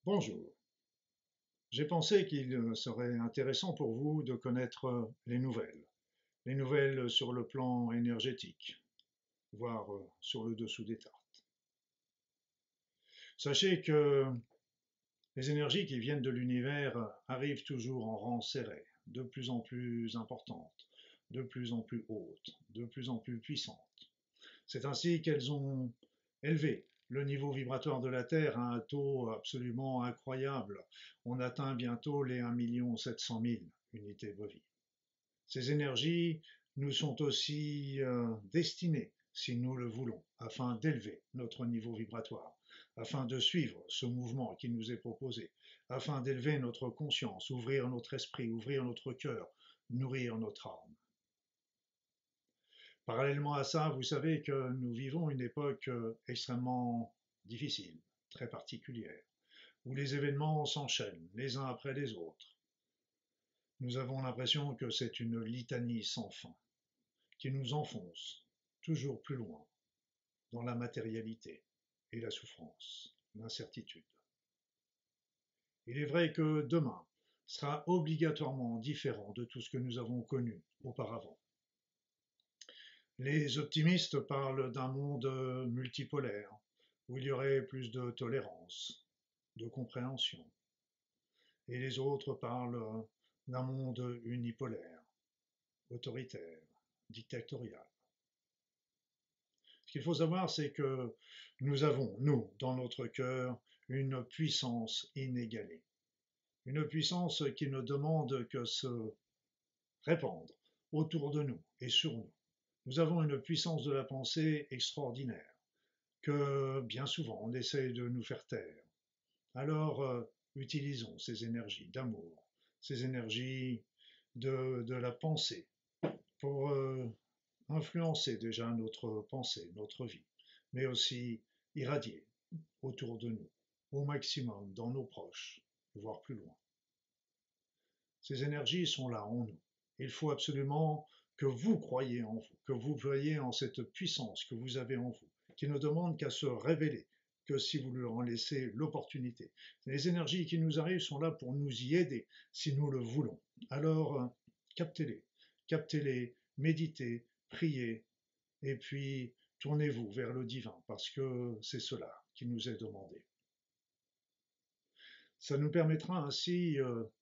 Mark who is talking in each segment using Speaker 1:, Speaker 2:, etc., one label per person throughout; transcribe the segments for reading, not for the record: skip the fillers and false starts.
Speaker 1: Bonjour. J'ai pensé qu'il serait intéressant pour vous de connaître les nouvelles sur le plan énergétique, voire sur le dessous des tartes. Sachez que les énergies qui viennent de l'univers arrivent toujours en rang serré, de plus en plus importantes, de plus en plus hautes, de plus en plus puissantes. C'est ainsi qu'elles ont élevé le niveau vibratoire de la Terre à un taux absolument incroyable. On atteint bientôt les 1 700 000 unités bovies. Ces énergies nous sont aussi destinées, si nous le voulons, afin d'élever notre niveau vibratoire, afin de suivre ce mouvement qui nous est proposé, afin d'élever notre conscience, ouvrir notre esprit, ouvrir notre cœur, nourrir notre âme. Parallèlement à ça, vous savez que nous vivons une époque extrêmement difficile, très particulière, où les événements s'enchaînent les uns après les autres. Nous avons l'impression que c'est une litanie sans fin, qui nous enfonce toujours plus loin dans la matérialité et la souffrance, l'incertitude. Il est vrai que demain sera obligatoirement différent de tout ce que nous avons connu auparavant. Les optimistes parlent d'un monde multipolaire, où il y aurait plus de tolérance, de compréhension. Et les autres parlent d'un monde unipolaire, autoritaire, dictatorial. Ce qu'il faut savoir, c'est que nous avons, nous, dans notre cœur, une puissance inégalée. Une puissance qui ne demande que se répandre autour de nous et sur nous. Nous avons une puissance de la pensée extraordinaire que bien souvent on essaie de nous faire taire. Alors utilisons ces énergies d'amour, ces énergies de la pensée pour influencer déjà notre pensée, notre vie, mais aussi irradier autour de nous, au maximum, dans nos proches, voire plus loin. Ces énergies sont là en nous. Il faut absolument que vous croyiez en vous, que vous croyiez en cette puissance que vous avez en vous, qui ne demande qu'à se révéler, que si vous leur en laissez l'opportunité. Les énergies qui nous arrivent sont là pour nous y aider, si nous le voulons. Alors, captez-les, captez-les, méditez, priez, et puis tournez-vous vers le divin, parce que c'est cela qui nous est demandé. Ça nous permettra ainsi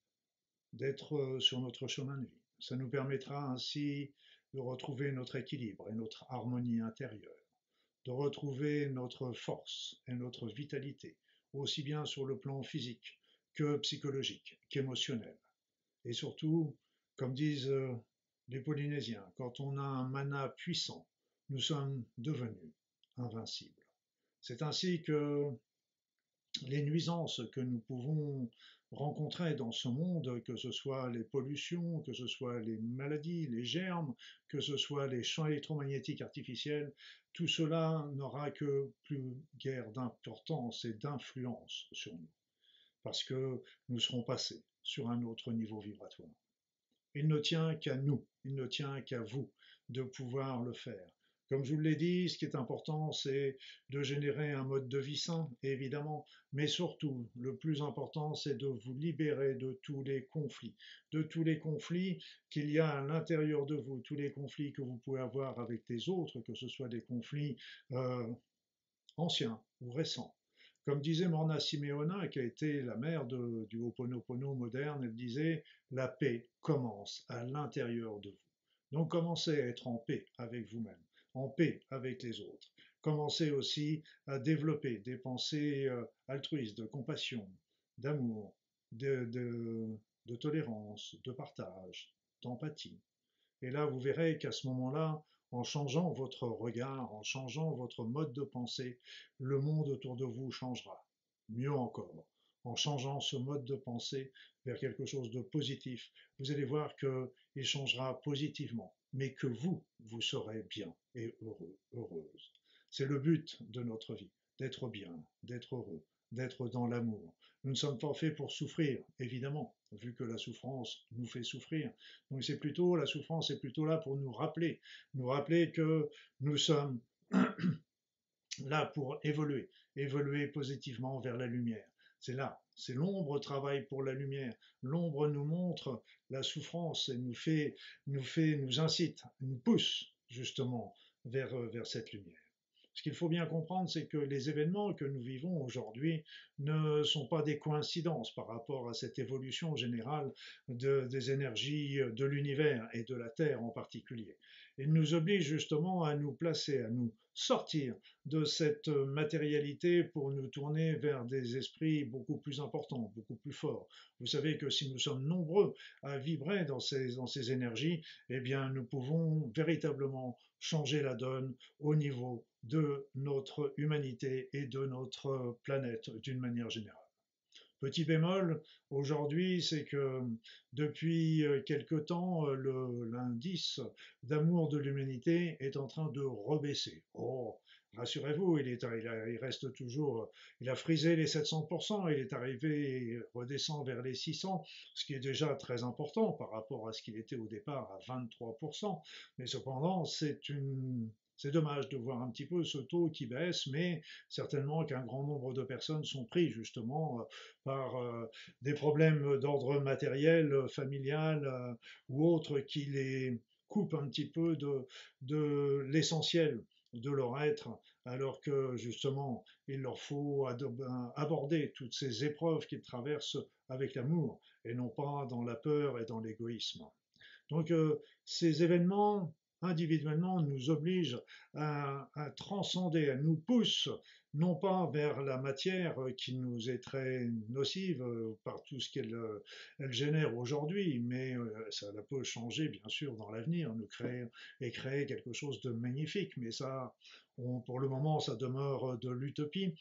Speaker 1: d'être sur notre chemin de vie. Ça nous permettra ainsi de retrouver notre équilibre et notre harmonie intérieure, de retrouver notre force et notre vitalité, aussi bien sur le plan physique que psychologique, qu'émotionnel. Et surtout, comme disent les Polynésiens, quand on a un mana puissant, nous sommes devenus invincibles. C'est ainsi que les nuisances que nous pouvons rencontrer dans ce monde, que ce soit les pollutions, que ce soit les maladies, les germes, que ce soit les champs électromagnétiques artificiels, tout cela n'aura que plus guère d'importance et d'influence sur nous, parce que nous serons passés sur un autre niveau vibratoire. Il ne tient qu'à nous, il ne tient qu'à vous de pouvoir le faire. Comme je vous l'ai dit, ce qui est important, c'est de générer un mode de vie sain, évidemment, mais surtout, le plus important, c'est de vous libérer de tous les conflits qu'il y a à l'intérieur de vous, tous les conflits que vous pouvez avoir avec les autres, que ce soit des conflits euh, anciens ou récents. Comme disait Morna Simeona, qui a été la mère du Ho'oponopono moderne, elle disait la paix commence à l'intérieur de vous. Donc commencez à être en paix avec vous-même, en paix avec les autres. Commencez aussi à développer des pensées altruistes, de compassion, d'amour, de tolérance, de partage, d'empathie. Et là, vous verrez qu'à ce moment-là, en changeant votre regard, en changeant votre mode de pensée, le monde autour de vous changera. Mieux encore, en changeant ce mode de pensée vers quelque chose de positif, vous allez voir qu'il changera positivement, mais que vous serez bien et heureux, heureuse. C'est le but de notre vie, d'être bien, d'être heureux, d'être dans l'amour. Nous ne sommes pas faits pour souffrir, évidemment, vu que la souffrance nous fait souffrir. Donc c'est plutôt, la souffrance est plutôt là pour nous rappeler que nous sommes là pour évoluer, évoluer positivement vers la lumière. C'est là, c'est l'ombre travaille pour la lumière. L'ombre nous montre la souffrance et nous incite, nous pousse justement vers cette lumière. Ce qu'il faut bien comprendre, c'est que les événements que nous vivons aujourd'hui ne sont pas des coïncidences par rapport à cette évolution générale des énergies de l'univers et de la Terre en particulier. Ils nous obligent justement à nous placer, à nous sortir de cette matérialité pour nous tourner vers des esprits beaucoup plus importants, beaucoup plus forts. Vous savez que si nous sommes nombreux à vibrer dans ces énergies, eh bien nous pouvons véritablement changer la donne au niveau de notre humanité et de notre planète d'une manière générale. Petit bémol, aujourd'hui, c'est que depuis quelque temps, l'indice d'amour de l'humanité est en train de rebaisser. Oh, rassurez-vous, il reste toujours, il a frisé les 700%, il est arrivé, redescend vers les 600, ce qui est déjà très important par rapport à ce qu'il était au départ à 23%. Mais cependant, c'est dommage de voir un petit peu ce taux qui baisse, mais certainement qu'un grand nombre de personnes sont pris justement par des problèmes d'ordre matériel, familial ou autre qui les coupent un petit peu de l'essentiel de leur être, alors que justement il leur faut aborder toutes ces épreuves qu'ils traversent avec l'amour et non pas dans la peur et dans l'égoïsme. Donc ces événements individuellement nous obligent à transcender, à nous poussent non pas vers la matière qui nous est très nocive par tout ce qu'elle génère aujourd'hui, mais ça peut changer bien sûr dans l'avenir, nous créer quelque chose de magnifique, mais ça, pour le moment, ça demeure de l'utopie,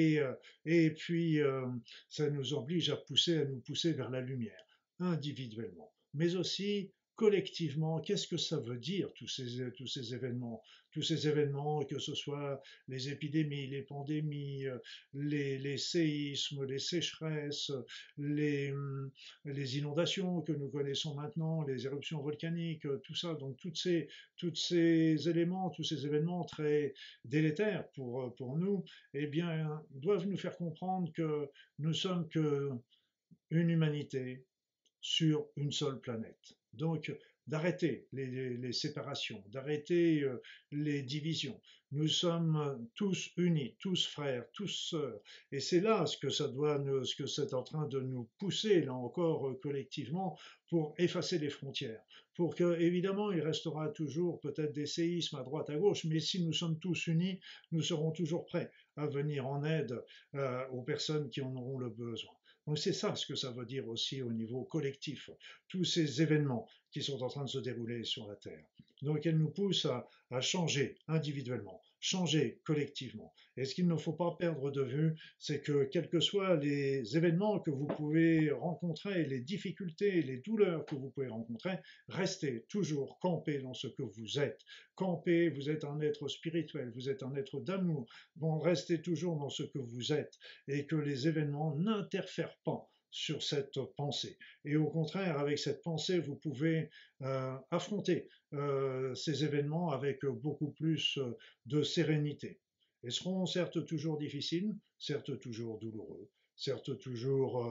Speaker 1: et puis ça nous oblige à nous pousser vers la lumière, individuellement, mais aussi collectivement. Qu'est-ce que ça veut dire, tous ces événements? Tous ces événements, que ce soit les épidémies, les pandémies, les séismes, les sécheresses, les, les inondations que nous connaissons maintenant, les éruptions volcaniques, tout ça, donc tous ces éléments, tous ces événements très délétères pour nous, eh bien, doivent nous faire comprendre que nous sommes qu'une humanité sur une seule planète. Donc, d'arrêter les séparations, d'arrêter les divisions. Nous sommes tous unis, tous frères, tous sœurs. Et c'est là ce que c'est en train de nous pousser, là encore, collectivement, pour effacer les frontières. Pour que, évidemment, il restera toujours peut-être des séismes à droite, à gauche, mais si nous sommes tous unis, nous serons toujours prêts à venir en aide aux personnes qui en auront le besoin. Donc c'est ça ce que ça veut dire aussi au niveau collectif, tous ces événements qui sont en train de se dérouler sur la Terre. Donc elles nous poussent à changer individuellement, changer collectivement. Et ce qu'il ne faut pas perdre de vue, c'est que quels que soient les événements que vous pouvez rencontrer, les difficultés, les douleurs que vous pouvez rencontrer, restez toujours campés dans ce que vous êtes. Campés, vous êtes un être spirituel, vous êtes un être d'amour. Bon, restez toujours dans ce que vous êtes et que les événements n'interfèrent pas sur cette pensée. Et au contraire, avec cette pensée, vous pouvez affronter ces événements avec beaucoup plus de sérénité. Ils seront certes toujours difficiles, certes toujours douloureux, certes toujours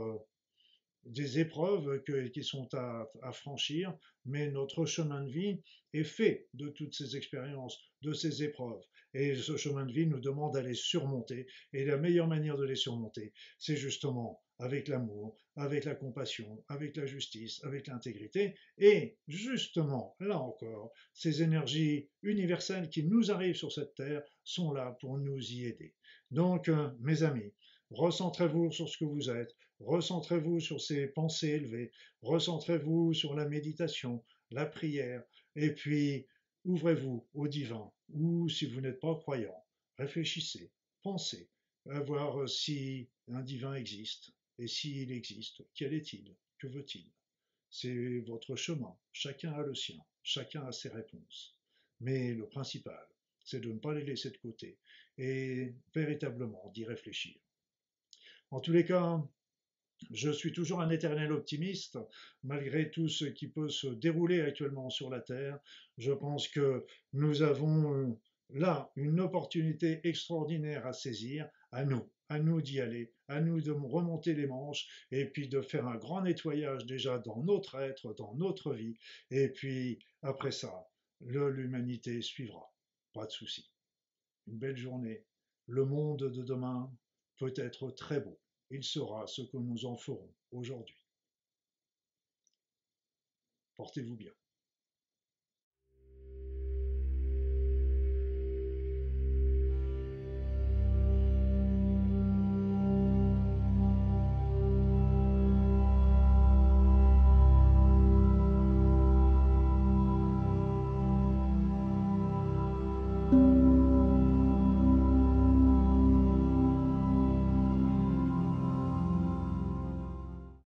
Speaker 1: des épreuves qui sont à franchir, mais notre chemin de vie est fait de toutes ces expériences, de ces épreuves. Et ce chemin de vie nous demande à les surmonter. Et la meilleure manière de les surmonter, c'est justement avec l'amour, avec la compassion, avec la justice, avec l'intégrité. Et justement, là encore, ces énergies universelles qui nous arrivent sur cette terre sont là pour nous y aider. Donc, mes amis, recentrez-vous sur ce que vous êtes, recentrez-vous sur ces pensées élevées, recentrez-vous sur la méditation, la prière, et puis ouvrez-vous au divin, ou si vous n'êtes pas croyant, réfléchissez, pensez à voir si un divin existe, et s'il existe, quel est-il, que veut-il? C'est votre chemin, chacun a le sien, chacun a ses réponses. Mais le principal, c'est de ne pas les laisser de côté et véritablement d'y réfléchir. En tous les cas, je suis toujours un éternel optimiste, malgré tout ce qui peut se dérouler actuellement sur la Terre. Je pense que nous avons là une opportunité extraordinaire à saisir, à nous, à nous d'y aller, à nous de remonter les manches et puis de faire un grand nettoyage déjà dans notre être, dans notre vie. Et puis après ça, l'humanité suivra. Pas de souci. Une belle journée. Le monde de demain peut être très beau. Il sera ce que nous en ferons aujourd'hui. Portez-vous bien.